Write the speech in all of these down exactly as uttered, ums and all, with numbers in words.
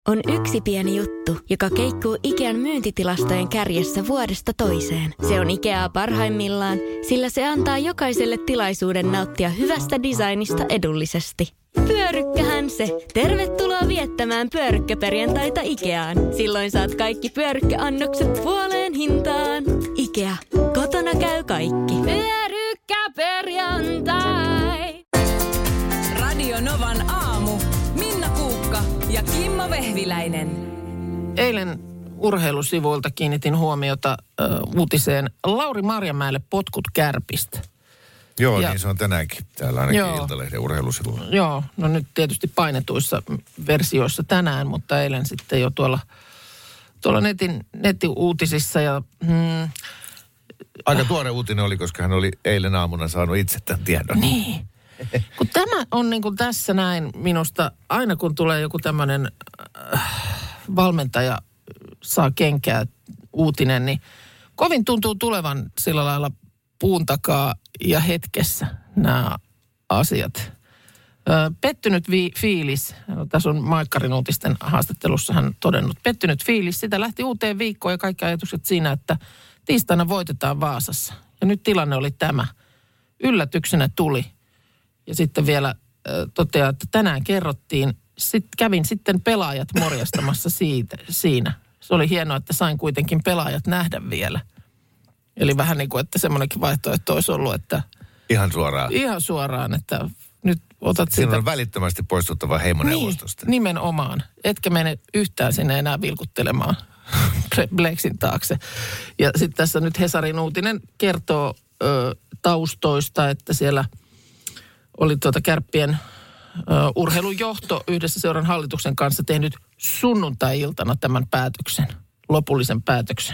On yksi pieni juttu, joka keikkuu Ikean myyntitilastojen kärjessä vuodesta toiseen. Se on Ikeaa parhaimmillaan, sillä se antaa jokaiselle tilaisuuden nauttia hyvästä designista edullisesti. Pyörykkähän se! Tervetuloa viettämään pyörykkäperjantaita Ikeaan. Silloin saat kaikki pyörykkäannokset puoleen hintaan. Ikea. Kotona käy kaikki. Pyörykkäperjantai! Radio Novan aamu. Minna Kuukka ja Kimmo Vehviläinen. Eilen urheilusivuilta kiinnitin huomiota ö, uutiseen Lauri Marjamäelle potkut Kärpistä. Joo, ja, niin se on tänäänkin täällä ainakin joo, Iltalehden urheilusivuilla. Joo, no nyt tietysti painetuissa versioissa tänään, mutta eilen sitten jo tuolla, tuolla netin, netin uutisissa. Ja, hmm, Aika tuore uutinen oli, koska hän oli eilen aamuna saanut itse tämän tiedon. Niin. Kun tämä on niin kuin tässä näin minusta, aina kun tulee joku tämmöinen äh, valmentaja saa kenkää uutinen, niin kovin tuntuu tulevan sillä lailla puun takaa ja hetkessä nämä asiat. Ö, pettynyt vi- fiilis, tässä on Maikkarin uutisten haastattelussa hän todennut, pettynyt fiilis, sitä lähti uuteen viikkoon ja kaikki ajatukset siinä, että tiistaina voitetaan Vaasassa. Ja nyt tilanne oli tämä. Yllätyksenä tuli. Ja sitten vielä ö, toteaa, että tänään kerrottiin, sit, kävin sitten pelaajat morjastamassa siitä, siinä. Se oli hienoa, että sain kuitenkin pelaajat nähdä vielä. Eli vähän niin kuin, että semmoinenkin vaihtoehto olisi ollut, että... Ihan suoraan. Ihan suoraan, että nyt otat sitä... Siinä on välittömästi poistuttava heimoneuvostosta. Niin, nimenomaan. Etkä mene yhtään sinne enää vilkuttelemaan Bleksin taakse. Ja sitten tässä nyt Hesarin uutinen kertoo ö, taustoista, että siellä oli tuota Kärppien ö, urheilujohto yhdessä seuran hallituksen kanssa tehnyt sunnuntai-iltana tämän päätöksen, lopullisen päätöksen.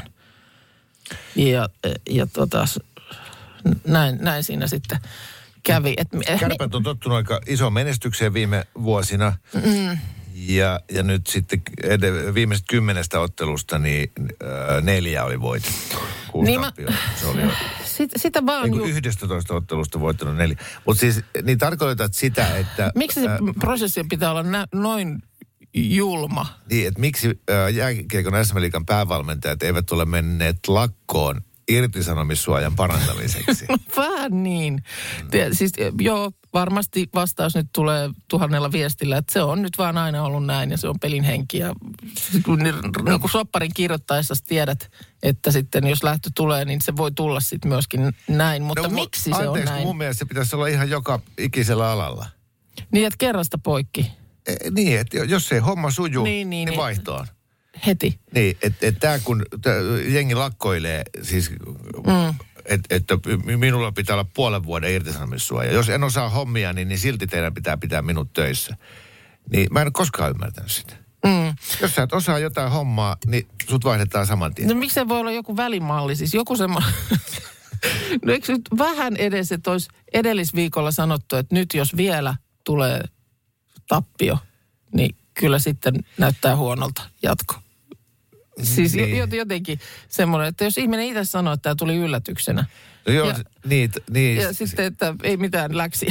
Ja, ja tota, näin, näin siinä sitten kävi. Et, Kärpät on tottunut aika isoon menestykseen viime vuosina. Mm. Ja, ja nyt sitten ed- viimeiset kymmenestä ottelusta niin äh, neljä oli voitettu. Kuusi niin tappio. Se oli jo. Sit, sitä vaan ju... yhdestätoista ottelusta voittanut neljä. Mutta siis niin tarkoitat sitä, että... Miksi se äh, prosessi pitää olla nä- noin... julma. Niin, että miksi äh, jääkiekon S M-liigan päävalmentajat eivät ole menneet lakkoon irtisanomissuojan parantamiseksi? No vähän niin. Te, siis joo, varmasti vastaus nyt tulee tuhannella viestillä, että se on nyt vaan aina ollut näin ja se on pelin henki. Ja kun, no. kun sopparin kirjoittaessa tiedät, että sitten jos lähtö tulee, niin se voi tulla sitten myöskin näin. Mutta no, miksi anteeksi, se on näin? Mun mielestä se pitäisi olla ihan joka ikisellä alalla. Niin, että kerrasta poikki. E, niin, että jos ei homma suju, niin, niin, niin vaihtoon. Heti. Niin, että et tämä kun tää, jengi lakkoilee, siis mm. että et, minulla pitää olla puolen vuoden irtisanomissuoja. Jos en osaa hommia, niin, niin silti teidän pitää pitää minut töissä. Niin mä en ole koskaan ymmärtänyt sitä. Mm. Jos sä et osaa jotain hommaa, niin sut vaihdetaan saman tien. No miksi se voi olla joku välimalli? Siis joku semmoinen... No eikö nyt vähän edes, että olisi edellisviikolla sanottu, että nyt jos vielä tulee tappio, niin kyllä sitten näyttää huonolta jatko. Siis niin. Jotenkin semmoinen, että jos ihminen itse sanoo, että tämä tuli yllätyksenä. No joo, ja, niin, niin. Ja sitten, että ei mitään läksiä.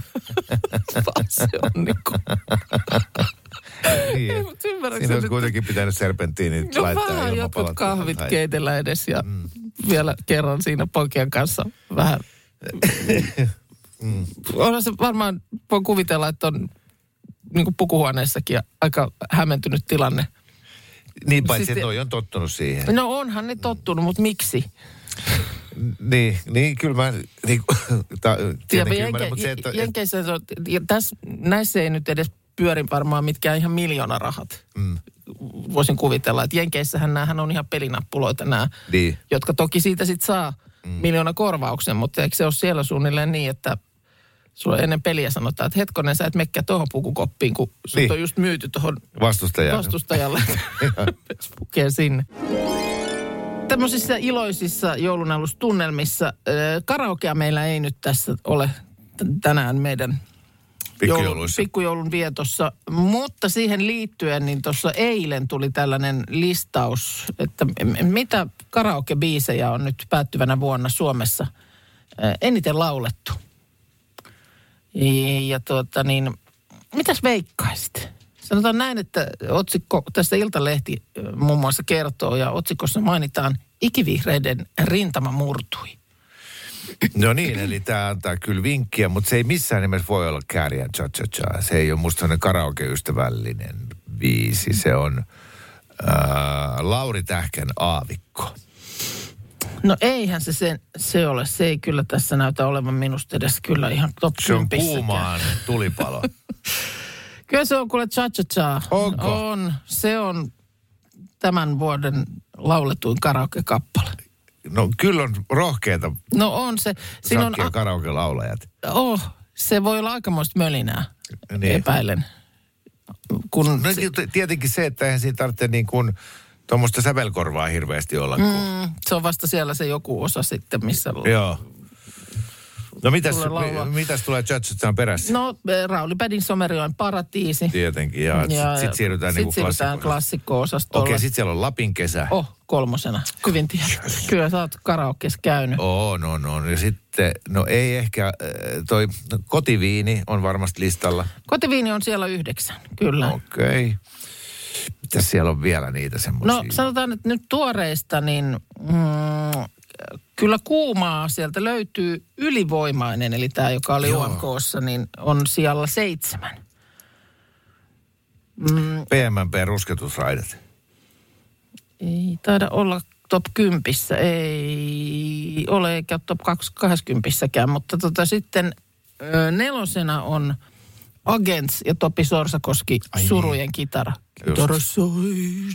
Vaan se on niin kuin... Niin. Siinä olisi kuitenkin pitänyt serpenttiinit no laittaa. No vähän jotkut kahvit tai... keitellä edes ja mm. vielä kerran siinä poikien kanssa vähän. mm. Onhan se varmaan, voi kuvitella, että on niin kuin pukuhuoneessakin aika hämmentynyt tilanne. Niin paitsi, siis, että toi on tottunut siihen. No onhan ne tottunut, mutta miksi? Niin, niin kyllä mä... Niin, ta, Jenke, ymmärrän, mutta se, että... Jenkeissä, tässä, näissä ei nyt edes pyöri varmaan mitkään ihan miljoonarahat. Mm. Voisin kuvitella, että Jenkeissähän näähän on ihan pelinappuloita nämä, niin. Jotka toki siitä sitten saa mm. miljoona korvauksen, mutta eikö se ole siellä suunnilleen niin, että sulla ennen peliä sanotaan, että hetkonen, sä et mekkää tuohon pukukoppiin, kun sut niin. on just myyty tuohon vastustajalle. Pukee sinne. Tämmöisissä iloisissa joulunalustunnelmissa karaokea meillä ei nyt tässä ole tänään meidän joulun, pikkujoulun vietossa. Mutta siihen liittyen, niin tuossa eilen tuli tällainen listaus, että mitä karaoke-biisejä on nyt päättyvänä vuonna Suomessa eniten laulettu. Ja tuota niin, mitäs veikkaisit? Sanotaan näin, että otsikko, tästä Iltalehti muun muassa kertoo ja otsikossa mainitaan ikivihreiden rintama murtui. No niin, eli tämä antaa kyllä vinkkiä, mutta se ei missään nimessä voi olla Kääriän cha-cha-cha. Se ei ole musta sellainen karaoke-ystävällinen biisi. Se on ää, Lauri Tähkän Aavikko. No eihän se, se se ole. Se ei kyllä tässä näytä olevan minusta edes kyllä ihan top Se on kuumaan tulipalo. Kyllä se on kuule cha-cha-cha. Onko? On. Se on tämän vuoden lauletuin karaoke-kappale. No kyllä on rohkeita. No on se. Siinä on a- karaoke-laulajat. Oh, se voi olla aikamoista mölinää, niin. Epäilen. Kun no se, tietenkin se, että eihän siinä tarvitse niin kuin tuommoista sävelkorvaa hirveästi olla. Mm, se on vasta siellä se joku osa sitten, missä... Joo. No mitäs, mitäs tulee cha-cha-chan perässä? No Rauli Pädin Paratiisi. Tietenkin, ja, ja sitten sit siirrytään sit niinku siirrytään klassikko-osastolle. Okei, sitten siellä on Lapin kesä. Oh, kolmosena. Hyvin tiedät. Kyllä sä oot karaokeessa käynyt. Oh, no, no. Ja sitten, no ei ehkä, toi no, kotiviini on varmasti listalla. Kotiviini on siellä yhdeksän, kyllä. Okei. Okay. Mitäs siellä on vielä niitä semmoisia? No sanotaan, että nyt tuoreista, niin... Mm, kyllä kuumaa sieltä löytyy Ylivoimainen, eli tämä, joka oli U M K:ssa, niin on sijalla seitsemän. Mm. P M P rusketusraidat. Ei taida olla top kympissä, ei ole eikä top kaksikymmentäkään, mutta tota sitten ö, nelosena on Agents ja Topi Sorsakoski, Ai Surujen niin. kitara. Kitara soi.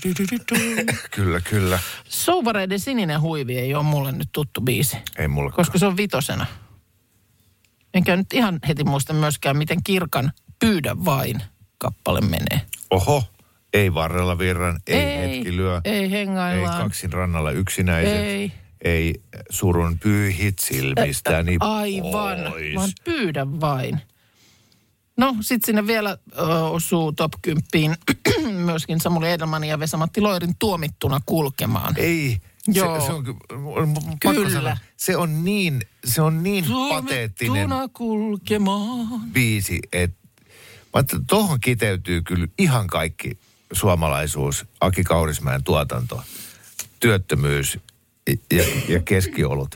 Kyllä, kyllä. Souvareiden Sininen huivi ei ole mulle nyt tuttu biisi. Ei mulle. Koska se on vitosena. Enkä nyt ihan heti muista myöskään, miten Kirkan Pyydä vain kappale menee. Oho, ei Varrella virran, ei, ei hetki lyö. Ei hengaillaan. Ei Kaksin rannalla yksinäiset. Ei. Ei Surun pyyhit silmistäni Aivan, pois. Vaan Pyydä vain. No, sitten sinne vielä ö, osuu top kymppiin myöskin Samuli Edelman ja Vesa-Matti Loirin Tuomittuna kulkemaan. Ei, Joo. Se, se on kyllä. Sanoa, se on niin, se on niin pateettinen kulkemaan biisi, että tuohon kiteytyy kyllä ihan kaikki suomalaisuus, Aki Kaurismäen tuotanto, työttömyys ja, ja keskiolut.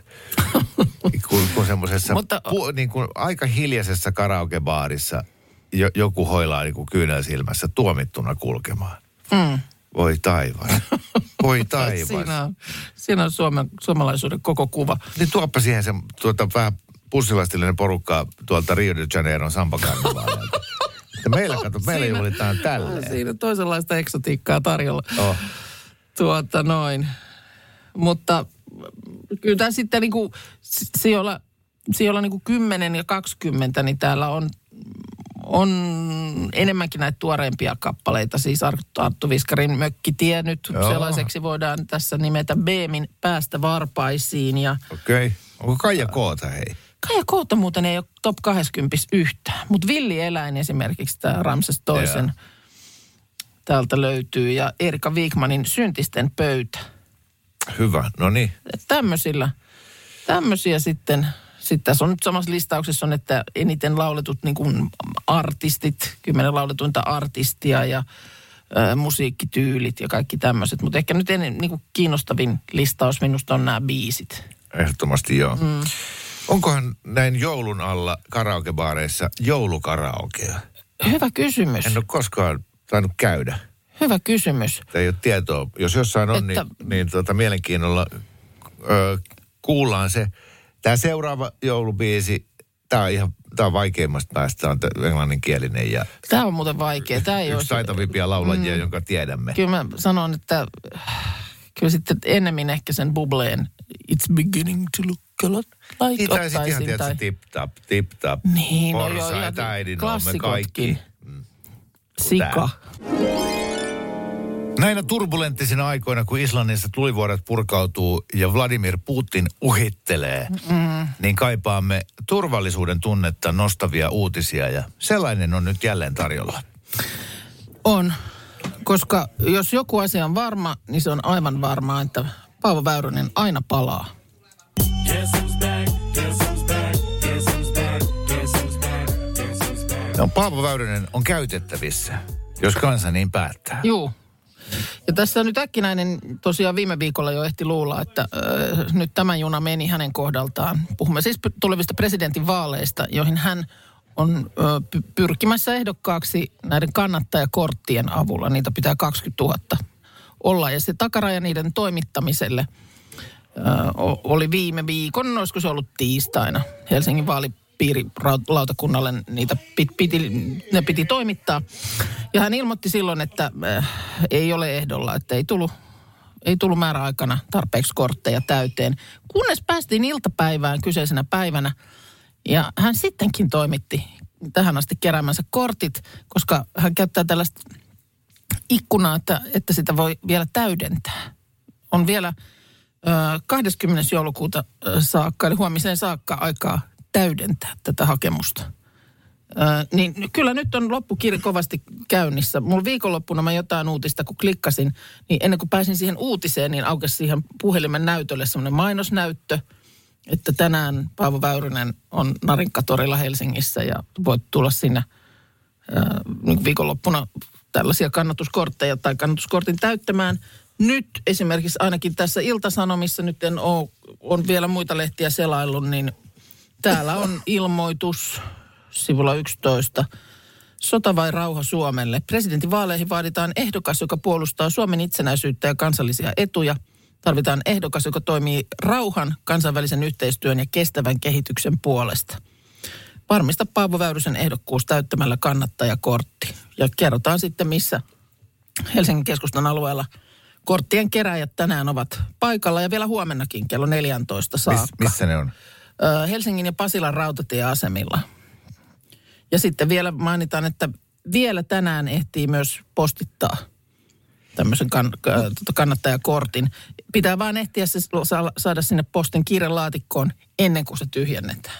kun, kun semmoisessa Mutta, pu, niin kuin aika hiljaisessa karaokebaarissa jo, joku hoilaa niin kuin kyynel silmässä Tuomittuna kulkemaan. Mm. Voi taivaan. Voi taivaan. siinä on, siinä on Suomen, suomalaisuuden koko kuva. Niin tuoppa siihen se tuota, vähän pussilastillinen porukkaa tuolta Rio de Janeiron Sampa-karnevaaleilta. meillä, kato, meillä siinä, juhlitaan tälleen. Siinä on toisenlaista eksotiikkaa tarjolla. Oh. Tuota noin. Mutta kyllä tämä sitten niin kuin sijoilla, sijoilla niin kuin kymmenen ja kaksikymmentä, niin täällä on, on enemmänkin näitä tuoreempia kappaleita. Siis Arttu Viskarin Mökkitie nyt Joo. sellaiseksi voidaan tässä nimetä Beemin Päästä varpaisiin. Ja okei. Okay. Onko Kaija Koota, hei? Kaija Koota muuten ei ole top kaksikymmentä yhtään. Mutta Villi Eläin esimerkiksi, tämä Ramses toisen yeah. täältä löytyy. Ja Erika Wigmanin Syntisten pöytä. Hyvä, no niin. Tämmöisillä, tämmöisiä sitten, sitten tässä on nyt samassa listauksessa on, että eniten lauletut niin kuin artistit, kymmenen lauletuinta artistia ja ä, musiikkityylit ja kaikki tämmöiset. Mutta ehkä nyt ennen, niin kuin kiinnostavin listaus minusta on nämä biisit. Ehdottomasti joo. Mm. Onkohan näin joulun alla karaokebaareissa joulukaraokea? Hyvä kysymys. En ole koskaan tainnut käydä. Hyvä kysymys. Ei ole tietoa. Jos jossain on, että niin, niin tuota, mielenkiinnolla ö, kuullaan se. Tämä seuraava joulubiisi, tämä on ihan tämä on vaikeimmasta päästä, tämä on englanninkielinen. Ja tämä on muuten vaikea. Tämä ei yksi olisi taitavimpia laulajia, mm, jonka tiedämme. Kyllä mä sanon, että kyllä sitten ennemmin ehkä sen bubleen It's beginning to look a lot like niin, tai sitten ihan tiedätkö, tip-tap, tip-tap, niin, porsaita, no äidin olemme kaikki. Mm. Sika. Näinä turbulenttisina aikoina, kun Islannissa tulivuoret purkautuu ja Vladimir Putin uhittelee, mm. niin kaipaamme turvallisuuden tunnetta nostavia uutisia ja sellainen on nyt jälleen tarjolla. On, koska jos joku asia on varma, niin se on aivan varmaa, että Paavo Väyrynen aina palaa. No, Paavo Väyrynen on käytettävissä. Jos kansa niin päättää. Juu. Ja tässä nyt äkkinäinen tosiaan viime viikolla jo ehti luulla, että äh, nyt tämä juna meni hänen kohdaltaan. Puhumme siis tulevista presidentinvaaleista, joihin hän on äh, py- pyrkimässä ehdokkaaksi näiden kannattajakorttien avulla. Niitä pitää kaksikymmentätuhatta olla ja se takaraja niiden toimittamiselle äh, oli viime viikon, olisiko se ollut tiistaina Helsingin vaalipiirilautakunnalle niitä piti, piti, ne piti toimittaa. Ja hän ilmoitti silloin, että äh, ei ole ehdolla, että ei tullut, ei tullut määräaikana tarpeeksi kortteja täyteen. Kunnes päästiin iltapäivään kyseisenä päivänä ja hän sittenkin toimitti tähän asti keräämänsä kortit, koska hän käyttää tällaista ikkunaa, että, että sitä voi vielä täydentää. On vielä ö, kahdeskymmenes joulukuuta saakka, eli huomiseen saakka aikaa täydentää tätä hakemusta. Ö, niin kyllä nyt on loppukirja kovasti käynnissä. Mulla viikonloppuna mä jotain uutista, kun klikkasin, niin ennen kuin pääsin siihen uutiseen, niin aukesi siihen puhelimen näytölle semmoinen mainosnäyttö, että tänään Paavo Väyrynen on Narinkatorilla Helsingissä ja voit tulla sinne ö, niin viikonloppuna tällaisia kannatuskortteja tai kannatuskortin täyttämään. Nyt esimerkiksi ainakin tässä Ilta-Sanomissa, nyt en ole, on vielä muita lehtiä selaillut, niin täällä on ilmoitus sivulla yksitoista. Sota vai rauha Suomelle? Presidentinvaaleihin vaaditaan ehdokas, joka puolustaa Suomen itsenäisyyttä ja kansallisia etuja. Tarvitaan ehdokas, joka toimii rauhan, kansainvälisen yhteistyön ja kestävän kehityksen puolesta. Varmista Paavo Väyrysen ehdokkuus täyttämällä kannattajakortti. Ja kerrotaan sitten, missä Helsingin keskustan alueella korttien keräjät tänään ovat paikalla. Ja vielä huomennakin kello neljätoista saakka. Mis, missä ne on? Ö, Helsingin ja Pasilan rautatieasemilla. Ja sitten vielä mainitaan, että vielä tänään ehtii myös postittaa tämmöisen kann, kannattajakortin. Pitää vaan ehtiä se saada sinne postin kirjelaatikkoon ennen kuin se tyhjennetään.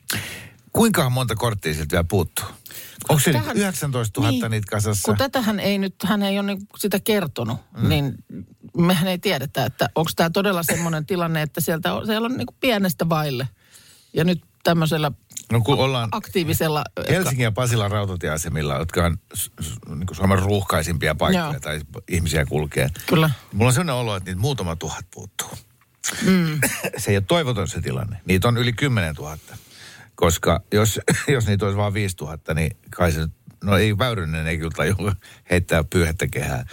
Kuinka monta korttia siltä vielä puuttuu? Onko se tähän, yhdeksäntoistatuhatta niin, niitä kasassa? Kun tätähän ei nyt, hän ei ole niin sitä kertonut, mm. niin mehän ei tiedetä, että onko tämä todella semmoinen tilanne, että sieltä on, siellä on niin kuin pienestä vaille. Ja nyt tämmöisellä no, kun ollaan aktiivisella Helsingin ja Pasilan rautatieasemilla, jotka on niin kuin Suomen ruuhkaisimpia paikkoja Joo. tai ihmisiä kulkee. Kyllä. Mulla on sellainen olo, että niitä muutama tuhat puuttuu. Mm. Se ei ole toivoton se tilanne. Niitä on yli kymmenen tuhatta. Koska jos, jos niitä olisi vain viisituhatta, niin kai se, no ei Väyrynen ei kyllä tajua heittää pyyhettä kehää.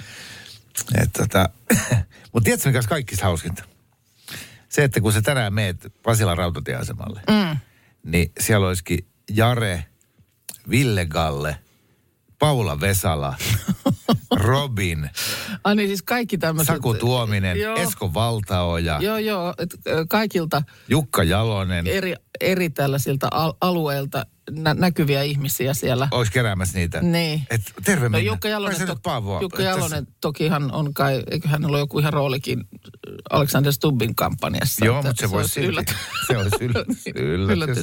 Tota, mutta tiedätkö mikä olisi kaikista hauskinta? Se, että kun sä tänään meet Pasilan rautatieasemalle, mm. niin siellä olisikin Jare, Ville Galle, Paula Vesala, Robin, Ai niin, siis kaikki tämmöiset. Saku Tuominen, joo. Esko Valtaoja. Joo, joo, et, kaikilta. Jukka Jalonen. Eri, eri tällaisilta al- alueilta nä- näkyviä ihmisiä siellä. Olisi keräämässä niitä. Niin. Et, terve Minna. No, Jukka Jalonen, to- Jukka Jalonen tokihan on kai, eiköhän ollut joku ihan roolikin Alexander Stubbin kampanjassa. Joo, mutta se, se voisi yllätys. Se olisi yllätys. yllätys.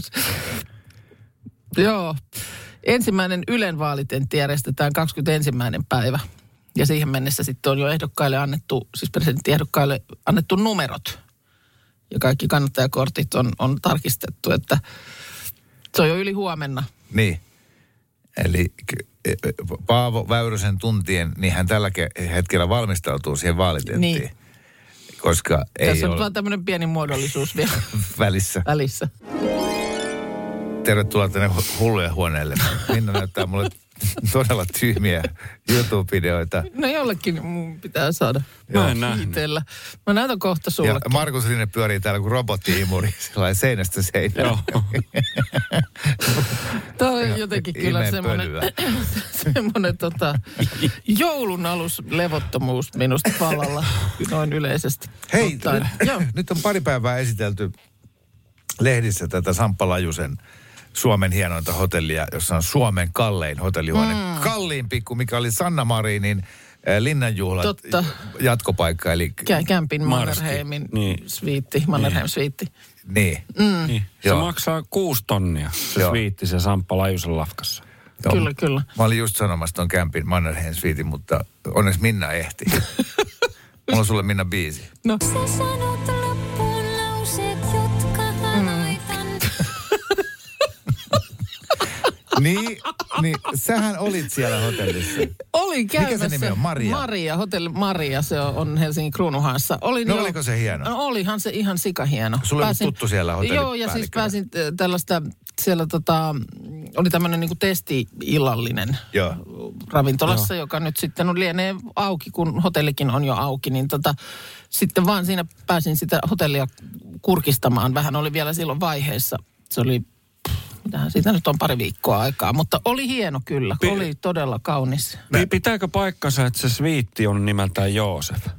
Joo. Ensimmäinen Ylen vaalitentti järjestetään kahdeskymmenesensimmäinen päivä. Ja siihen mennessä sitten on jo ehdokkaille annettu, siis presidenttiehdokkaille annettu numerot. Ja kaikki kannattajakortit on, on tarkistettu, että se on jo yli huomenna. Niin. Eli Paavo Väyrysen tuntien, niin hän tällä hetkellä valmistautuu siihen vaalitenttiin. Niin. Koska ei Tässä on ole vaan tämmöinen pieni muodollisuus vielä välissä. välissä. Tervetuloa tänne hullujen huoneelle. Minna näyttää mulle todella tyhmiä YouTube-videoita. No jollekin mun pitää saada kiitellä. Mä näytän kohta sullekin. Ja Markus Rinne pyörii täällä kuin robotti-imuri, sellainen seinästä seinään. Joo. Tämä on jotenkin kyllä semmoinen, semmoinen tota, joulun alus levottomuus minusta vallalla noin yleisesti. Hei, Ottaen. Nyt on pari päivää esitelty lehdissä tätä Samppa Lajusen Suomen hienointa hotellia, jossa on Suomen kallein hotellihuone. Mm. Kalliimpi kuin mikä oli Sanna Marinin äh, linnanjuhlat Totta. jatkopaikka. Eli Kä- Kämpin Mannerheimin niin. sviitti, Mannerheim sviitti. Niin. Mm. niin. Se Joo. maksaa kuusi tonnia, se Joo. sviitti, se Samppa Lajusen lafkassa. Joo. Kyllä, kyllä. Mä olin just sanomassa ton Kämpin Mannerheim sviitin, mutta onneksi Minna ehti. Mulla on sulle Minna biisi. No. Niin, niin, sähän olit siellä hotellissa. Olin olin käymässä. Mikä se nimi on? Maria? Maria, hotelli Maria, se on Helsingin Kruunuhaassa. Olin no jo, oliko se hieno? No olihan se ihan sikahieno. Sulla oli tuttu siellä hotellipäällikkönä. Joo, ja siis pääsin tällaista, siellä tota, oli tämmöinen niinku testi-illallinen joo. ravintolassa, joo. joka nyt sitten on lienee auki, kun hotellikin on jo auki, niin tota, sitten vaan siinä pääsin sitä hotellia kurkistamaan. Vähän oli vielä silloin vaiheessa. Se oli, mitähän siitä nyt on pari viikkoa aikaa, mutta oli hieno kyllä. P- oli todella kaunis. P- pitääkö paikkansa, että se sviitti on nimeltään Joosef?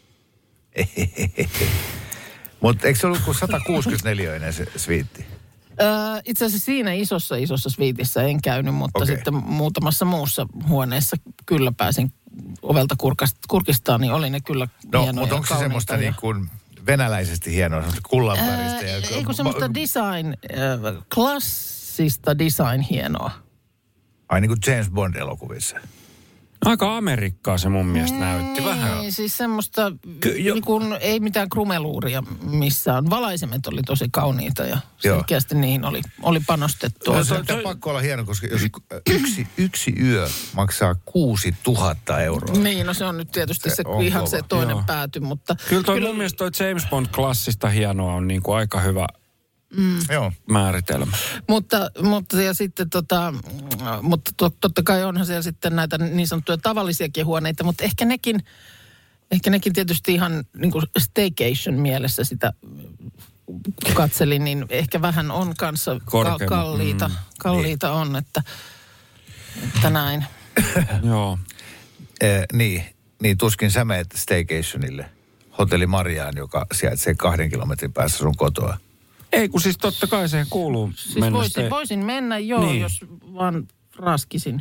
Mutta eikö se ollut kuin sata kuusikymmentäneljä se sviitti? Öö, itse asiassa siinä isossa isossa sviitissä en käynyt, mutta okay. sitten muutamassa muussa huoneessa kyllä pääsin ovelta kurkistaan, niin oli ne kyllä no, hienoja. No, mutta onko se semmoista ja... niin kuin venäläisesti hienoa, semmoista kullanväristä? Öö, ja... Ei kun semmoista design, äh, klassista design hienoa. Ai niin kuin James Bond-elokuvissa? Aika Amerikkaa se mun mielestä näytti niin, vähän. Niin, siis semmoista, niin kun, ei mitään krumeluuria missään. Valaisimet oli tosi kauniita ja selkeästi niihin oli, oli panostettu. No, se on toi... pakko olla hieno, koska jos yksi, yksi yö maksaa kuusi tuhatta euroa. Niin, no se on nyt tietysti se, se ihan kova. Se toinen Joo. pääty, mutta... Kyllä toi kyllä... mun mielestä toi James Bond-klassista hienoa on niin kuin aika hyvä... Mm. Joo. Määritelmä. Mutta, mutta ja sitten tota, mutta to, totta kai onhan siellä sitten näitä niin sanottuja tavallisiakin huoneita, mutta ehkä nekin, ehkä nekin tietysti ihan niin kuin staycation mielessä sitä katselin, niin ehkä vähän on kanssa Korkeamma. kalliita, mm. kalliita niin. on, että, että näin. Joo. Eh, niin, niin, tuskin sä meet staycationille, hotelli Mariaan, joka sijaitsee kahden kilometrin päässä sun kotoa. Ei, kun siis totta kai siihen kuuluu siis mennä. Voisin, ste- voisin mennä, joo, niin. jos vaan raskisin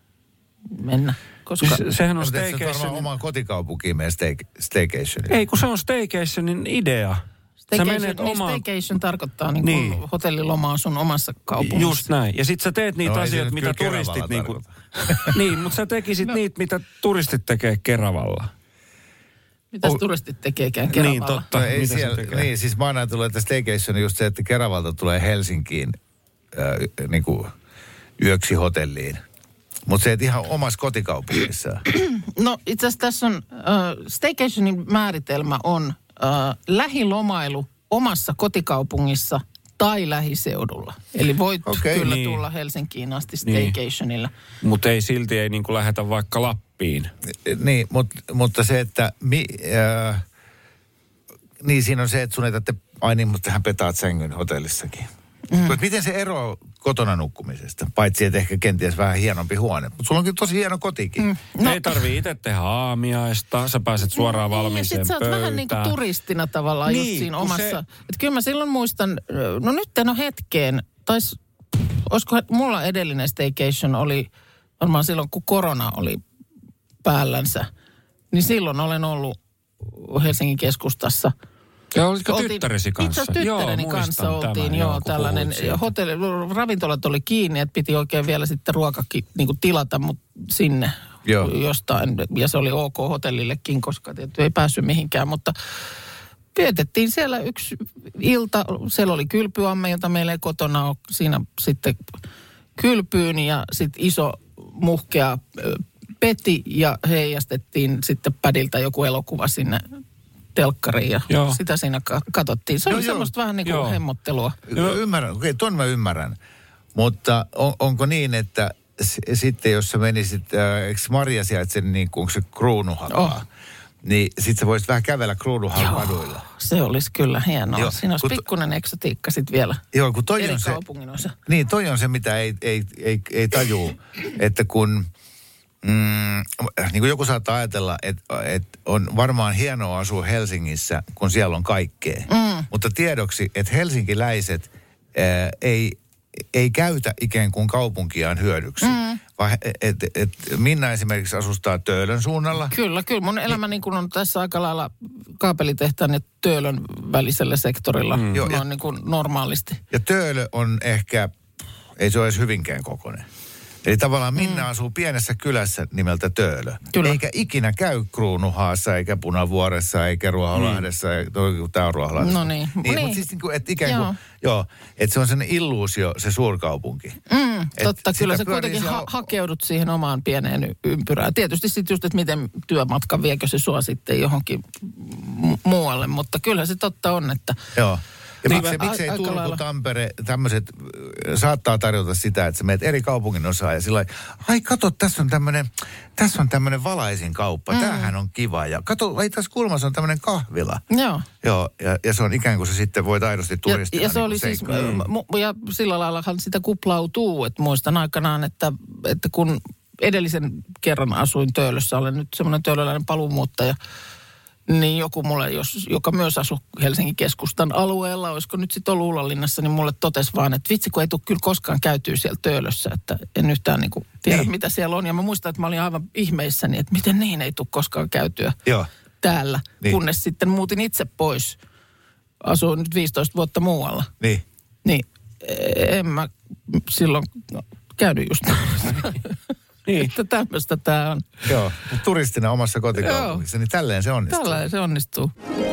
mennä. Koska... Siis sehän on staycation. Se on varmaan omaan kotikaupunkiin meidän staycationille. Ei, kun se on staycationin idea. Staycation, niin oma... staycation tarkoittaa niin kuin niin. hotellilomaa sun omassa kaupungissa. Just näin. Ja sit sä teet niitä no, asioita, mitä turistit... Niin, kuin... niin, mutta sä tekisit no. niitä, mitä turistit tekee Keravalla. Mitäs oh. turistit tekeekään Keravalla? Niin, totta. No, ei siellä, niin, siis mä aina tulee, että staycation on just se, että Keravalta tulee Helsinkiin äh, niin kuin yöksi hotelliin. Mutta se, että ihan omassa kotikaupungissaan. No itse asiassa tässä on, äh, staycationin määritelmä on äh, lähilomailu omassa kotikaupungissa tai lähiseudulla. Eli voit okay, kyllä niin. tulla Helsinkiin asti staycationilla. Niin. Mutta ei silti ei niin kuin lähetä vaikka Lappiin. Niin, mutta, mutta se, että... Mi, äh, niin siinä on se, että sun ei tarvitse... Ai niin, mutta hän petaat sängyn hotellissakin. Mm. Mutta miten se eroaa kotona nukkumisesta? Paitsi, että ehkä kenties vähän hienompi huone. Mutta sulla onkin tosi hieno kotikin. Mm. No. Ei tarvii itse tehdä aamiaista. Sä pääset suoraan niin, valmiiseen pöytään. Ja sit sä oot vähän niin kuin turistina tavallaan niin, just siinä omassa. Se... Että kyllä mä silloin muistan, no nyt en ole hetkeen, tais, olisiko mulla edellinen staycation oli varmaan silloin, kun korona oli päällänsä. Niin silloin olen ollut Helsingin keskustassa. Ja olitko tyttäresi kanssa? Itse asiassa tyttäreni joo, kanssa oltiin, tämän, joo, tällainen. Hotelli, ravintolat oli kiinni, että piti oikein vielä sitten ruokakin niin kuin tilata mut sinne joo. jostain. Ja se oli ok hotellillekin, koska tietysti ei päässyt mihinkään, mutta vietettiin siellä yksi ilta. Siellä oli kylpyamme, jota meillä ei kotona ole. Siinä sitten kylpyyn ja sitten iso muhkea peti ja heijastettiin sitten pädiltä joku elokuva sinne telkkariin ja joo. sitä siinä katsottiin. Se oli joo, semmoista joo. vähän niin kuin joo. hemmottelua. Joo, ymmärrän, okei, ton mä ymmärrän. Mutta on, onko niin, että s- sitten jos sä menisit, äh, eikö Maria sijaitse niin kuin, onko se Kruunuhakaa? Oh. Niin sit sä voisit vähän kävellä Kruunuhan kaduilla. Se olisi kyllä hienoa. Joo. Siinä olisi kun pikkuinen eksotiikka sitten vielä. Joo, kun toi eri on se, kaupungin osa. Niin, toi on se, mitä ei, ei, ei, ei tajuu, että kun... Mm, niin kuin joku saattaa ajatella, että, että on varmaan hienoa asua Helsingissä, kun siellä on kaikkea. Mm. Mutta tiedoksi, että helsinkiläiset ää, ei, ei käytä ikään kuin kaupunkiaan hyödyksi. Mm. Vaan et, et, et Minna esimerkiksi asustaa Töölön suunnalla. Kyllä, kyllä. Mun elämä niin kuin on tässä aika lailla kaapelitehtaan ja Töölön välisellä sektorilla. Mm. Joo, ja, on niin kuin normaalisti. Ja Töölö on ehkä, ei se ole edes Hyvinkään kokoinen. Eli tavallaan Minna mm. asuu pienessä kylässä nimeltä Töölö. Kyllä. Eikä ikinä käy Kruunuhaassa, eikä Punavuoressa, eikä Ruoholahdessa. Mm. Tämä on Ruoholahdessa. No niin. niin, niin. Mutta siis niin kuin, että ikään kuin, joo, joo että se on sellainen illuusio, se suurkaupunki. Mm, et totta, kyllä sä kuitenkin siellä... ha- hakeudut siihen omaan pieneen ympyrään. Tietysti sitten just, että miten työmatka viekö se sua sitten johonkin mu- muualle, mutta kyllä se totta on, että... Joo. Ja niin, miksei, miksei a- Turku, lailla. Tampere, tämmöiset saattaa tarjota sitä, että sä menet eri kaupungin osaan ja sillä ai kato, tässä on tämmöinen, tässä on tämmöinen valaisin kauppa, mm. tämähän on kiva. Ja kato, ai tässä kulmassa on tämmöinen kahvila. Joo. Joo, ja, ja se on ikään kuin se sitten voit aidosti turistina. Ja, ja se niin oli siis, mm. ja sillä laillahan sitä kuplautuu, että muistan aikanaan, että, että kun edellisen kerran asuin Töölössä, olen nyt semmoinen töölöläinen paluumuuttaja, niin joku mulle, jos, joka myös asui Helsingin keskustan alueella, olisiko nyt sitten ollut Ullanlinnassa, niin mulle totesi vaan, että vitsi, kun ei tule kyllä koskaan käytyä siellä Töölössä, että en yhtään niin kuin tiedä, niin. mitä siellä on. Ja mä muistan, että mä olin aivan ihmeissäni, että miten niin ei tule koskaan käytyä Joo. täällä, niin. kunnes sitten muutin itse pois. Asuin nyt viisitoista vuotta muualla. Niin. Niin, en mä silloin käynyt just niin. Että tämmöistä tää on. Joo, turistina omassa kotikaupungissa, niin tälleen se onnistuu. Tälleen se onnistuu.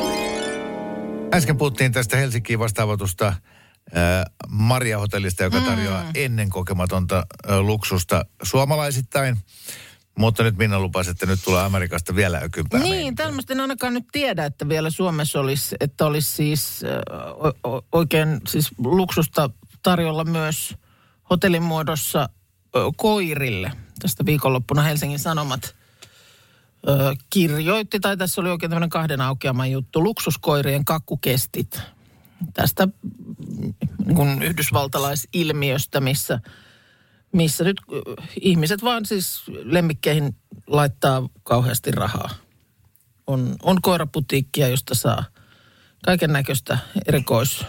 Äsken puhuttiin tästä Helsinkiin vastaavatusta äh, Maria-hotellista, joka tarjoaa mm. ennen kokematonta äh, luksusta suomalaisittain. Mutta nyt Minna lupasi, että nyt tulee Amerikasta vielä ökympää. Niin, tämmöistä en ainakaan nyt tiedä, että vielä Suomessa olisi, että olisi siis äh, o- oikein siis luksusta tarjolla myös hotellin muodossa koirille. Tästä viikonloppuna Helsingin Sanomat ö, kirjoitti, tai tässä oli oikein tämmöinen kahden aukeaman juttu, luksuskoirien kakkukestit. Tästä niin kuin yhdysvaltalaisilmiöstä, missä, missä nyt ihmiset vaan siis lemmikkeihin laittaa kauheasti rahaa. On, on koiraputiikkia, josta saa kaiken näköistä erikois...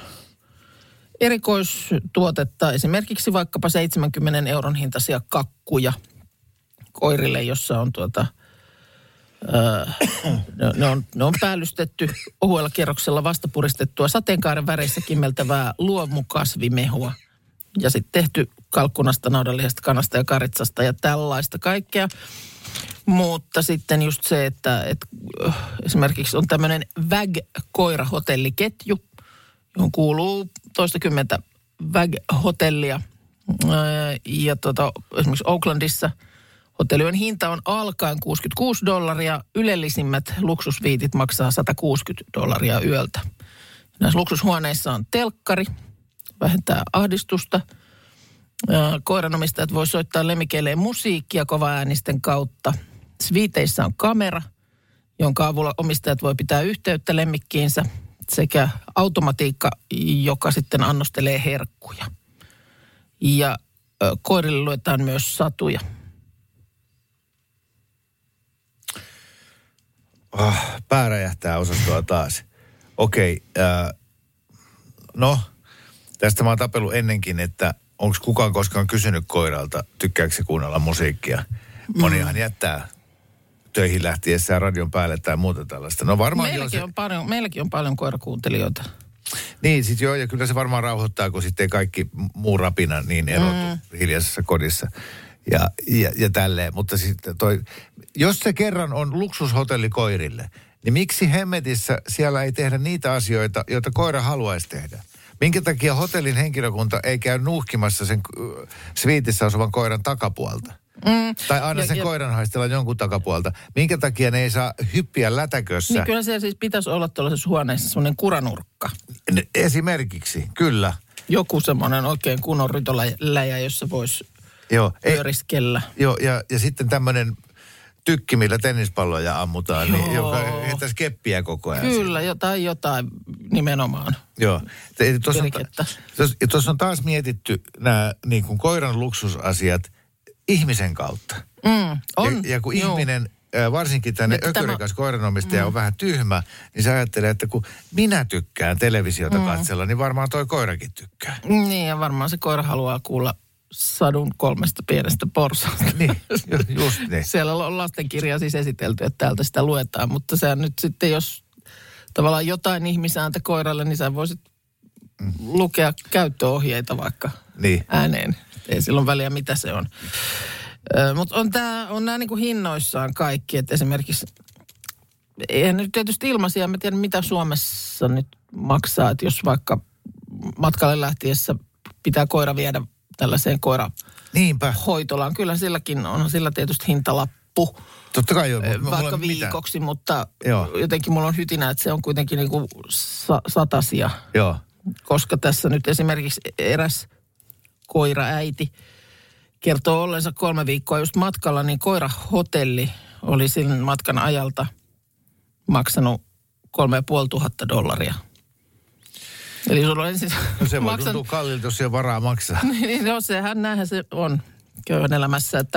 erikoistuotetta, esimerkiksi vaikkapa seitsemänkymmenen euron hintaisia kakkuja koirille, jossa on tuota, öö, ne, on, ne on päällystetty ohuella kierroksella vastapuristettua sateenkaaren väreissä kimmeltävää luomukasvimehua. Ja sitten tehty kalkkunasta, naudanlihasta, kanasta ja karitsasta ja tällaista kaikkea. Mutta sitten just se, että, että esimerkiksi on tämmöinen W A G-koirahotelliketju, johon kuuluu toistakymmentä W A G-hotellia. Ja tota, esimerkiksi Oaklandissa hotellien hinta on alkaen kuusikymmentäkuusi dollaria. Ylellisimmät luksusviitit maksaa sata kuusikymmentä dollaria yöltä. Näissä luksushuoneissa on telkkari, vähentää ahdistusta. Koiranomistajat voi soittaa lemmikeilleen musiikkia kovaäänisten kautta. Sviiteissä on kamera, jonka avulla omistajat voi pitää yhteyttä lemmikkiinsä, sekä automatiikka, joka sitten annostelee herkkuja. Ja ö, koirille luetaan myös satuja. Oh, pää räjähtää osastoa taas. Okei, okay, äh, no, tästä mä oon tapellut ennenkin, että onko kukaan koskaan kysynyt koiralta, tykkääkö se kuunnella musiikkia. Monihan mm. jättää töihin lähtiessään radion päälle tai muuta tällaista. No varmaan meilläkin, se... on paljon, meilläkin on paljon koirakuuntelijoita. Niin, sit joo, ja kyllä se varmaan rauhoittaa, kun sitten kaikki muu rapina niin erotu mm. hiljaisessa kodissa ja, ja, ja tälleen. Mutta sitten toi, jos se kerran on luksushotelli koirille, niin miksi hemmetissä siellä ei tehdä niitä asioita, joita koira haluaisi tehdä? Minkä takia hotellin henkilökunta ei käy nuuhkimassa sen äh, sviitissä asuvan koiran takapuolta? Mm. Tai aina ja, sen ja, koiran haistella jonkun takapuolta. Minkä takia ne ei saa hyppiä lätäkössä? Niin kyllä se siis pitäisi olla tuollaisessa huoneessa semmoinen kuranurkka. Esimerkiksi, kyllä. Joku semmoinen oikein kunnon rytoläjä, jossa voisi pyöriskellä. Joo, ja, ja sitten tämmöinen tykki, millä tennispalloja ammutaan, niin, joka heittäisi keppiä koko ajan. Kyllä, jotain, jotain nimenomaan. Joo. Tuossa on taas mietitty nämä niin kuin koiran luksusasiat ihmisen kautta. Mm, on. Ja, ja kun Joo. ihminen, varsinkin tänne ökörikas tämä... koiranomistaja mm. on vähän tyhmä, niin se ajattelee, että kun minä tykkään televisiota mm. katsella, niin varmaan toi koirakin tykkää. Niin, ja varmaan se koira haluaa kuulla sadun kolmesta pienestä porsaasta. Niin, just niin. Siellä on lastenkirja siis esitelty, että täältä sitä luetaan, mutta se nyt sitten, jos tavallaan jotain ihmisääntä koiralle, niin sä voisit mm. lukea käyttöohjeita vaikka niin. ääneen. Ei silloin väliä, mitä se on. Mutta on nämä on nää niinku hinnoissaan kaikki, että esimerkiksi, eihän nyt tietysti ilmaisia, mä tiedän mitä Suomessa nyt maksaa, että jos vaikka matkalle lähtiessä pitää koira viedä tällaiseen koirahoitolaan. Kyllä silläkin on sillä tietysti hintalappu. Totta kai joo. Vaikka viikoksi, mitään. Mutta joo. jotenkin mulla on hytinä, että se on kuitenkin niinku sa- satasia. Joo. Koska tässä nyt esimerkiksi eräs koiraäiti kertoo ollensa kolme viikkoa just matkalla, niin koirahotelli oli sen matkan ajalta maksanut kolme ja puoli tuhatta dollaria. Eli sulla on ensin... No se voi maksan... tuntua kalliilta, jos ei ole varaa maksaa. Niin, no sehän näinhän se on köyhän elämässä, että,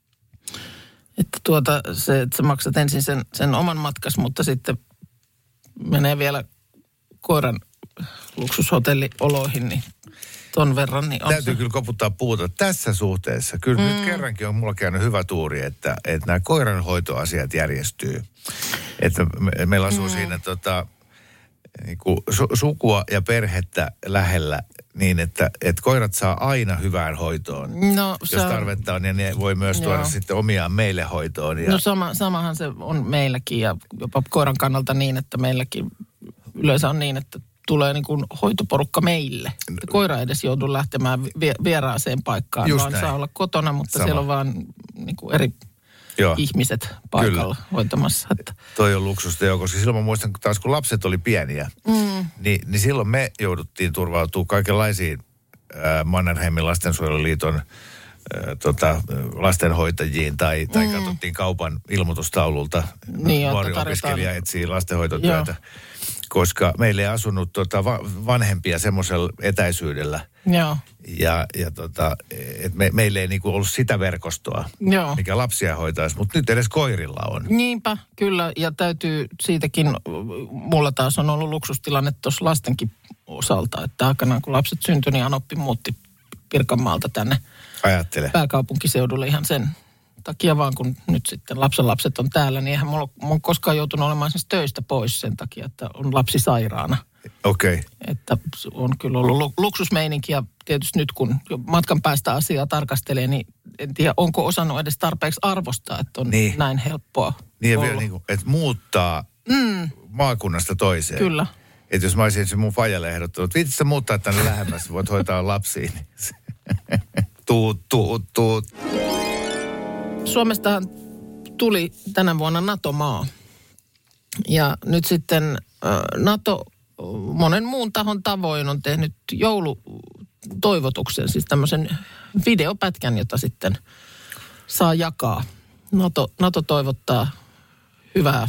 että, tuota, se, että sä maksat ensin sen, sen oman matkas, mutta sitten menee vielä koiran luksushotellioloihin, niin ton verran. Niin on täytyy se... kyllä koputtaa puuta tässä suhteessa. Kyllä mm. nyt kerrankin on mulla käynyt hyvä tuuri, että, että nämä koiranhoitoasiat järjestyy. Että me, meillä asuu mm. siinä tota... Niin kuin su- sukua ja perhettä lähellä niin, että, että koirat saa aina hyvään hoitoon. No, jos tarvetta on, ja ne voi myös joo. tuoda sitten omiaan meille hoitoon. Ja... No sama, samahan se on meilläkin ja jopa koiran kannalta niin, että meilläkin yleensä on niin, että tulee niin kuin hoitoporukka meille. Että koira edes joutuu lähtemään vi- vieraaseen paikkaan, just vaan näin. Saa olla kotona, mutta sama. Siellä on vaan niin kuin eri... Joo. ihmiset paikalla kyllä. hoitamassa. Että. Toi on luksusta jo, koska silloin mä muistan taas, kun lapset oli pieniä, mm. niin, niin silloin me jouduttiin turvautumaan kaikenlaisiin äh, Mannerheimin lastensuojeluliiton äh, tota, lastenhoitajiin tai, tai mm. katsottiin kaupan ilmoitustaululta. Niin, nuori opiskelija etsii lastenhoitotyötä, joo. koska meillä ei asunut tota, va- vanhempia semmoisella etäisyydellä. Joo. Ja, ja tota, et me, meillä ei niinku ollut sitä verkostoa, joo. mikä lapsia hoitaisi, mutta nyt edes koirilla on. Niinpä, kyllä. Ja täytyy siitäkin, mulla taas on ollut luksustilanne tuossa lastenkin osalta, että aikanaan kun lapset syntyi, niin Anoppi muutti Pirkanmaalta tänne Ajattele. pääkaupunkiseudulle ihan sen takia vaan, kun nyt sitten lapsenlapset on täällä, niin eihän mulla, mulla on koskaan joutunut olemaan siis töistä pois sen takia, että on lapsi sairaana. Okei. Okay. Että on kyllä ollut luksusmeininki ja tietysti nyt kun matkan päästä asiaa tarkastelee, niin en tiedä, onko osannut edes tarpeeksi arvostaa, että on niin. näin helppoa niin ja vielä niin kuin, että muuttaa mm. maakunnasta toiseen. Kyllä. Että jos mä olisin se mun fajalle ehdottanut, että viitsi sä muuttaa tänne lähemmäs, voit hoitaa lapsiin. tuut, tuut, tuut. Suomestahan tuli tänä vuonna NATO-maa. Ja nyt sitten NATO monen muun tahon tavoin on tehnyt joulutoivotuksen, siis tämmöisen videopätkän, jota sitten saa jakaa. NATO, NATO toivottaa hyvää,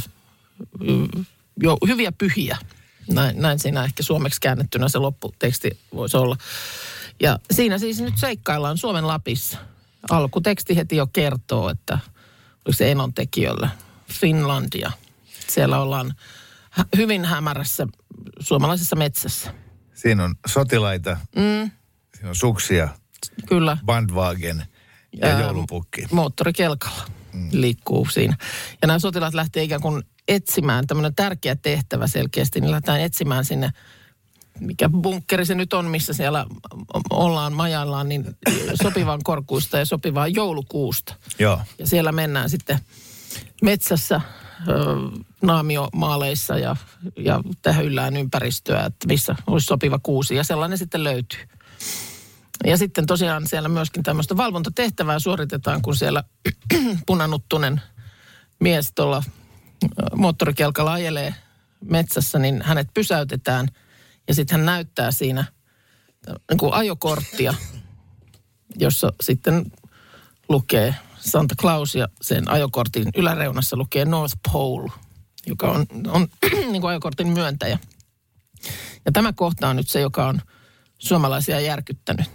jo, hyviä pyhiä. Näin, näin siinä ehkä suomeksi käännettynä se lopputeksti voisi olla. Ja siinä siis nyt seikkaillaan Suomen Lapissa. Alkuteksti heti jo kertoo, että oliko se enontekijöllä Finlandia. Siellä ollaan hyvin hämärässä suomalaisessa metsässä. Siinä on sotilaita, mm. siinä on suksia, kyllä. Bandwagen ja, ja joulupukki. Moottorikelkalla mm. liikkuu siinä. Ja nämä sotilaat lähtee ikään kuin etsimään, tämmöinen tärkeä tehtävä selkeästi, niin lähdetään etsimään sinne, mikä bunkkeri se nyt on, missä siellä ollaan, majaillaan, niin sopivan korkuista ja sopivaa joulukuusta. Joo. Ja siellä mennään sitten metsässä naamiomaaleissa ja, ja tähyllään ympäristöä, että missä olisi sopiva kuusi. Ja sellainen sitten löytyy. Ja sitten tosiaan siellä myöskin tämmöistä valvontatehtävää suoritetaan, kun siellä punanuttunen mies tuolla moottorikelkalla ajelee metsässä, niin hänet pysäytetään. Ja sitten hän näyttää siinä niin kuin ajokorttia, jossa sitten lukee Santa Claus ja sen ajokortin yläreunassa lukee North Pole, joka on, on niin kuin ajokortin myöntäjä. Ja tämä kohta on nyt se, joka on suomalaisia järkyttänyt.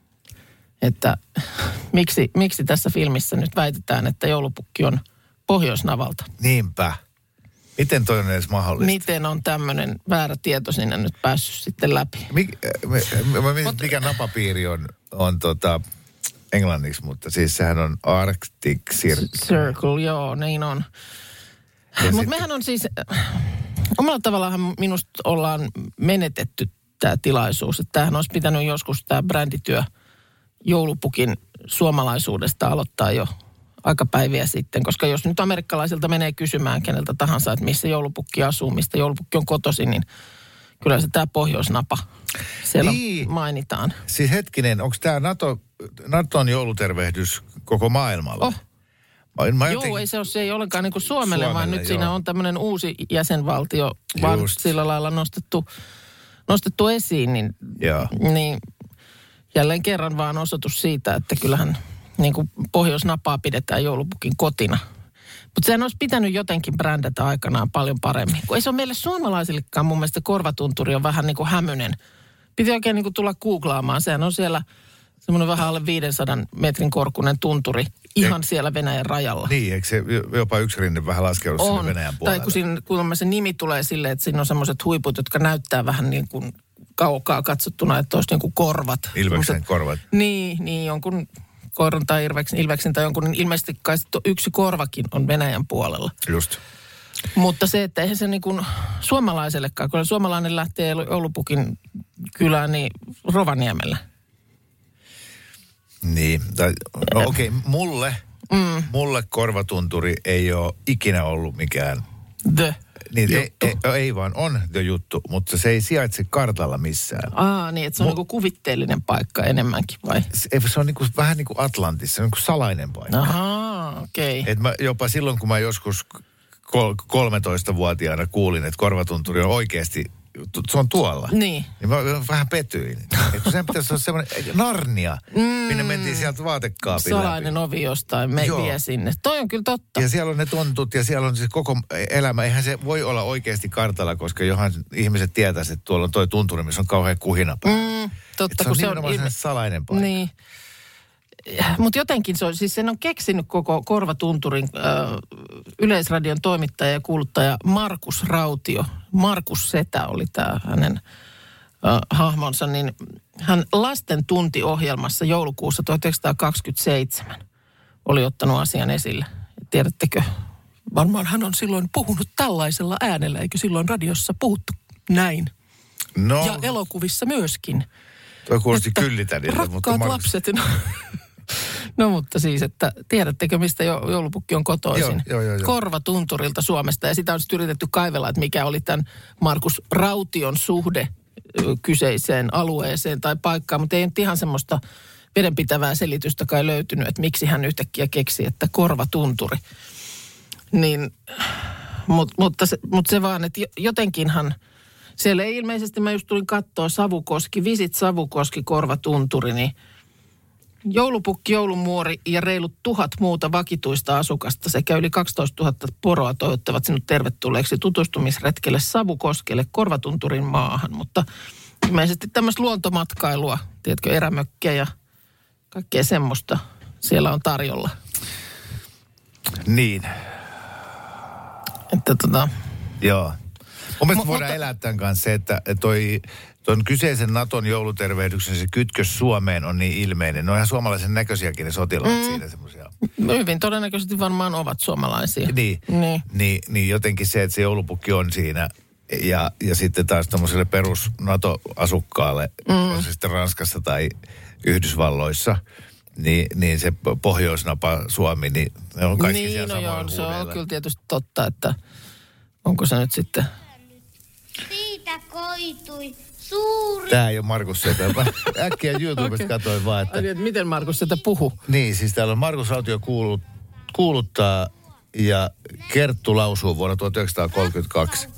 Että miksi, miksi tässä filmissä nyt väitetään, että joulupukki on Pohjoisnavalta? Niinpä. Miten toi on edes mahdollista? Miten on tämmöinen väärä tieto sinne nyt päässyt sitten läpi? Mik, mä, mä mietin, mikä napapiiri on, on tota, englanniksi, mutta siis sehän on Arctic Circle. Circle, joo, niin on. Mutta mehän on siis, omalla tavallaan minusta ollaan menetetty tämä tilaisuus. Että tämähän olisi pitänyt joskus tämä brändityö joulupukin suomalaisuudesta aloittaa jo aikapäiviä sitten. Koska jos nyt amerikkalaisilta menee kysymään keneltä tahansa, että missä joulupukki asuu, mistä joulupukki on kotoisin, niin kyllä se tämä pohjoisnapa siellä niin mainitaan. Siis hetkinen, onko tämä NATO, Naton joulutervehdys koko maailmalle? Oh. Mä, mä jotenkin... Joo, ei se ole, se ei ollenkaan niin kuin Suomelle, Suomelle, vaan nyt joo. Siinä on tämmöinen uusi jäsenvaltio, vaan sillä lailla nostettu, nostettu esiin, niin, niin jälleen kerran vaan osoitus siitä, että kyllähän niin kuin pohjoisnapaa pidetään joulupukin kotina. Mutta sehän olisi pitänyt jotenkin brändätä aikanaan paljon paremmin. Kun ei se ole meille suomalaisillekaan, mun mielestä korvatunturi on vähän niin kuin hämynen. Piti oikein niin kuin tulla googlaamaan. Sehän on siellä semmoinen vähän alle viisisataa metrin korkuinen tunturi ihan e- siellä Venäjän rajalla. Niin, eikö se jopa yksi rinne vähän laskeudu sinne Venäjän puolelle? Tai kun, siinä, kun se nimi tulee silleen, että siinä on semmoiset huiput, jotka näyttää vähän niin kuin kaukaa katsottuna, että olisi niin kuin korvat. Ilveksen korvat. Niin, niin jonkun koiran tai ilveksen, ilveksen tai jonkun, ilmeisesti kai yksi korvakin on Venäjän puolella. Just. Mutta se, että eihän se niin kuin suomalaisellekaan, kun suomalainen lähtee joulupukin kylään, niin Rovaniemellä. Niin, tai, no okei, okay, mulle, mm. mulle korvatunturi ei ole ikinä ollut mikään The niin, ei, ei, ei vaan, on the juttu, mutta se ei sijaitse kartalla missään. Aa, niin, että se on Mu- niin kuvitteellinen paikka enemmänkin, vai? Se, se on niin kuin, vähän niin kuin Atlantissa, se on niin kuin salainen paikka. Ahaa, okei. Okay. Et mä, jopa silloin, kun mä joskus kol- kolmetoistavuotiaana kuulin, että korvatunturi on oikeasti, se on tuolla. Niin. Niin mä vähän petyin. Että sen pitäisi olla semmoinen Narnia, mm. minne mentiin sieltä vaatekaapin salainen läpi. Ovi jostain, me vie sinne. Toi on kyllä totta. Ja siellä on ne tontut ja siellä on siis koko elämä. Eihän se voi olla oikeasti kartalla, koska johan ihmiset tietäisi, että tuolla on toi tunturi, missä on kauhean kuhina päällä. Mm, totta, se on nimenomaan ilme... salainen paikka. Niin. Mutta jotenkin se on, siis sen on keksinyt koko korvatunturin äh, Yleisradion toimittaja ja kuuluttaja Markus Rautio. Markus Setä oli tämä hänen äh, hahmonsa, niin hän lasten tuntiohjelmassa joulukuussa tuhatyhdeksänsataakaksikymmentäseitsemän oli ottanut asian esille. Tiedättekö, varmaan hän on silloin puhunut tällaisella äänellä, eikö silloin radiossa puhuttu näin? No. Ja elokuvissa myöskin. Toi kuulosti Kyllitädiltä. Rakkaat mutta Markus... lapset. No mutta siis, että tiedättekö, mistä joulupukki on kotoisin? Joo, joo, joo. Korvatunturilta Suomesta. Ja sitä on sitten yritetty kaivella, että mikä oli tämän Markus Raution suhde kyseiseen alueeseen tai paikkaan. Mutta ei nyt ihan semmoista vedenpitävää selitystä kai löytynyt, että miksi hän yhtäkkiä keksi, että korvatunturi. Niin, mut, mutta, se, mutta se vaan, että jotenkinhan... Siellä ei ilmeisesti, mä just tulin katsoa Savukoski, Visit Savukoski, korvatunturi, niin joulupukki, joulumuori ja reilut tuhat muuta vakituista asukasta sekä yli kaksitoistatuhatta poroa toivottavat sinut tervetulleeksi tutustumisretkelle Savukoskelle korvatunturin maahan. Mutta ilmeisesti tämmöistä luontomatkailua, tiedätkö, erämökkejä ja kaikkea semmoista siellä on tarjolla. Niin. Että tota... Joo. Mun mielestä voidaan elää tämän kanssa se, että toi, ton kyseisen Naton joulutervehdyksen se kytkös Suomeen on niin ilmeinen. Ne on ihan suomalaisen näköisiäkin ne sotilaat mm. siinä semmoisia. Hyvin todennäköisesti varmaan ovat suomalaisia. Niin, niin. Niin, niin jotenkin se, että se joulupukki on siinä ja, ja sitten taas tommoselle perus NATO-asukkaalle, mm. on se sitten Ranskassa tai Yhdysvalloissa, niin, niin se pohjoisnapa Suomi, niin ne on kaikki niin, siellä no samoilla joo, huudeilla. Se on kyllä tietysti totta, että onko se nyt sitten... Siitä koitui suuri... Tää ei ole Markus Setä. Äkkiä YouTubesta okay. Katsoin vaan, että... Ai, että miten Markus Setä puhuu? Niin, siis täällä on Markus Rautio kuulut, kuuluttaa ja Kerttu lausuu vuonna tuhatyhdeksänsataakolmekymmentäkaksi.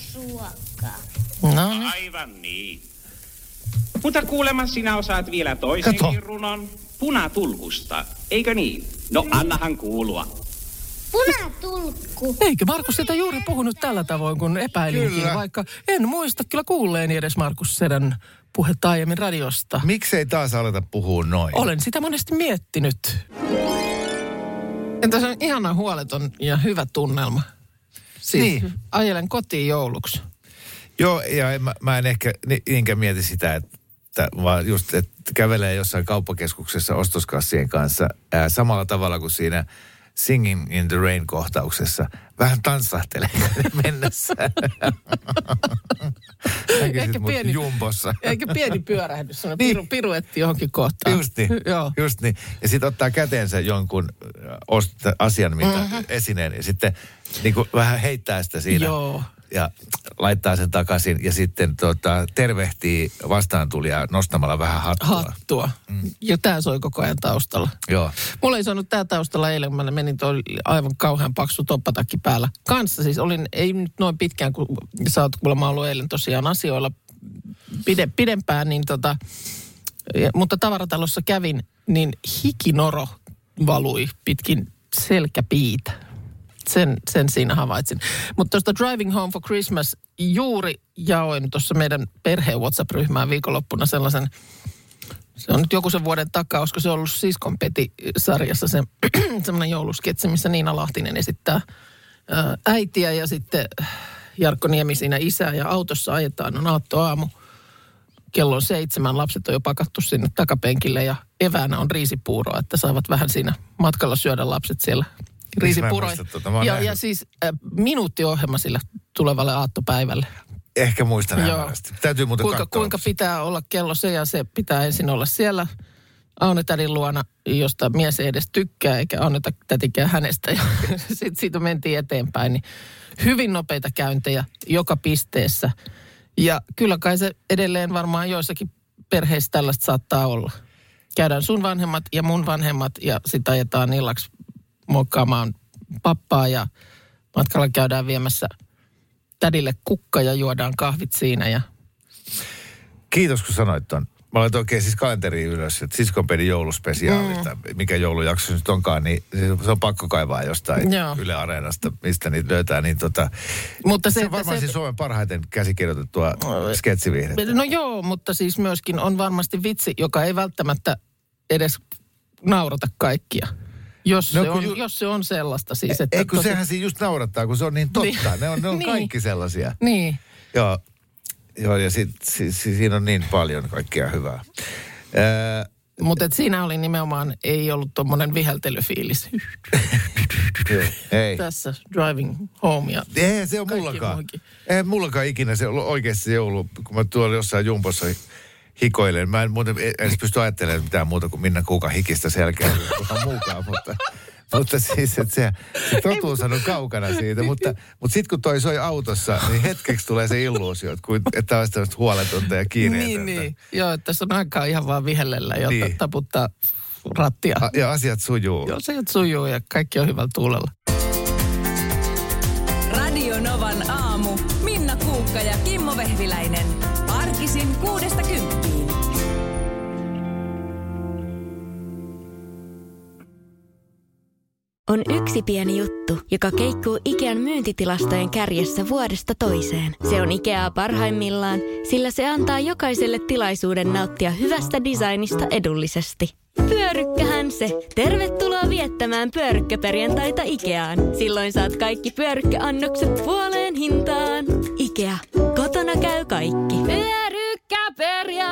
No niin. Aivan niin. Mutta kuulemma sinä osaat vielä toisenkin Kato. runon punatulkusta, eikö niin? No annahan kuulua. Punatulkku. Eikö Markus Setä juuri puhunut tällä tavoin, kun epäilinkin, kyllä. Vaikka en muista kyllä kuulleeni edes Markus Sedän puhetta aiemmin radiosta. Miksei taas aleta puhua noin? Olen sitä monesti miettinyt. Entä se on ihana huoleton ja hyvä tunnelma. Siis niin. Ajelen kotiin jouluksi. Joo, ja en, mä, mä en ehkä niinkään mieti sitä, että vaan just, että kävelee jossain kauppakeskuksessa ostoskassien kanssa ää, samalla tavalla kuin siinä Singing in the Rain-kohtauksessa. Vähän tanssahtelee mennessä. näkisit mut pieni, jumbossa. Eikä pieni pyörähdys, se on niin. piru, piruetti johonkin kohtaan. Just niin, Joo. just niin. Ja sitten ottaa käteensä jonkun asian, mitä mm-hmm. esineen, ja sitten niin kuin vähän heittää sitä siinä. Joo. Ja laittaa sen takaisin ja sitten tota, tervehtii vastaantulijaa nostamalla vähän hattua. Hattua. Mm. Ja tämä soi koko ajan taustalla. Joo. Mulla ei soinut tämä taustalla eilen, mä menin tuo aivan kauhean paksu toppatakki päällä. Kanssa siis olin, ei nyt noin pitkään, kun sä oot kuulemma ollut eilen tosiaan asioilla pide, pidempään, niin tota, ja, mutta tavaratalossa kävin, niin hikinoro valui pitkin selkäpiitä. Sen, sen siinä havaitsin. Mutta tuosta Driving Home for Christmas juuri jaoin tuossa meidän perheen WhatsApp-ryhmään viikonloppuna sellaisen, se on nyt joku sen vuoden takaa, olisiko se ollut Siskon Peti-sarjassa se semmoinen joulusketsi, missä Niina Lahtinen esittää ää, äitiä ja sitten Jarkko Niemi siinä isää ja autossa ajetaan, on aattoaamu. Kello on seitsemän, lapset on jo pakattu sinne takapenkille ja eväänä on riisipuuroa, että saavat vähän siinä matkalla syödä lapset siellä. Riisipuroja. Tuota, ja, ja siis äh, minuuttiohjelma sillä tulevalle aattopäivälle. Ehkä muistan hämärästi. Täytyy muuten kuinka, kuinka pitää olla kello se ja se pitää ensin olla siellä Aune-tädin luona, josta mies ei edes tykkää eikä Aune-tätikään hänestä. Ja sitten siitä mentiin eteenpäin. Niin hyvin nopeita käyntejä joka pisteessä. Ja kyllä kai se edelleen varmaan joissakin perheissä tällaista saattaa olla. Käydään sun vanhemmat ja mun vanhemmat ja sitten ajetaan illaksi mokkaamaan pappaa ja matkalla käydään viemässä tädille kukka ja juodaan kahvit siinä. Ja... Kiitos kun sanoit ton. Mä olen oikein siis kalenteriin ylös, että Siskonpedin jouluspesiaalista, mm. mikä joulujakso nyt onkaan, niin se on pakko kaivaa jostain Joo. Yle Areenasta, mistä niitä löytää. Niin tota, mutta se, se on varmaan se, siis Suomen parhaiten käsikirjoitettua sketsiviihdettä. No joo, mutta siis myöskin on varmasti vitsi, joka ei välttämättä edes naurata kaikkia. Jos, no, se on, ju... jos se on sellaista siis. Että ei kun tosi... sehän siinä just naurattaa, kun se on niin totta. Niin. Ne on, ne on niin. kaikki sellaisia. Niin. Joo, joo ja sit, si, si, siinä on niin paljon kaikkea hyvää. Öö, Mutta siinä oli nimenomaan, ei ollut tommonen viheltelyfiilis. Ei. Tässä Driving Home ja ei se on mullakaan. Ei mullakaan ikinä se ollut oikeasti se joulu, kun mä tuolla jossain jumpossa hikoilen. Mä en muuten edes pysty ajattelemaan mitään muuta kuin Minna Kuukan hikistä selkeä, kukaan muukaan, mutta, mutta siis, että se, se totuus on kaukana siitä. Mutta, mutta sitten kun toi soi autossa, niin hetkeksi tulee se illuusio, että, että on tämmöistä huoletonta ja kiireetöntä. Niin, niin. Joo, että tässä on aikaa ihan vaan vihellellä ja niin. taputtaa rattia. A, ja asiat sujuu. Joo, asiat sujuu ja kaikki on hyvällä tuulella. Radio Novan aamu. Minna Kuukka ja Kimmo Vehviläinen. Arkisin kuudesta kymppiin. On yksi pieni juttu, joka keikkuu Ikean myyntitilastojen kärjessä vuodesta toiseen. Se on Ikeaa parhaimmillaan, sillä se antaa jokaiselle tilaisuuden nauttia hyvästä designista edullisesti. Pyörykkähän se. Tervetuloa viettämään pyörykkäperjantaita Ikeaan. Silloin saat kaikki pyörykkäannokset puoleen hintaan. Ikea. Kotona käy kaikki. Pyörykkäperjantai.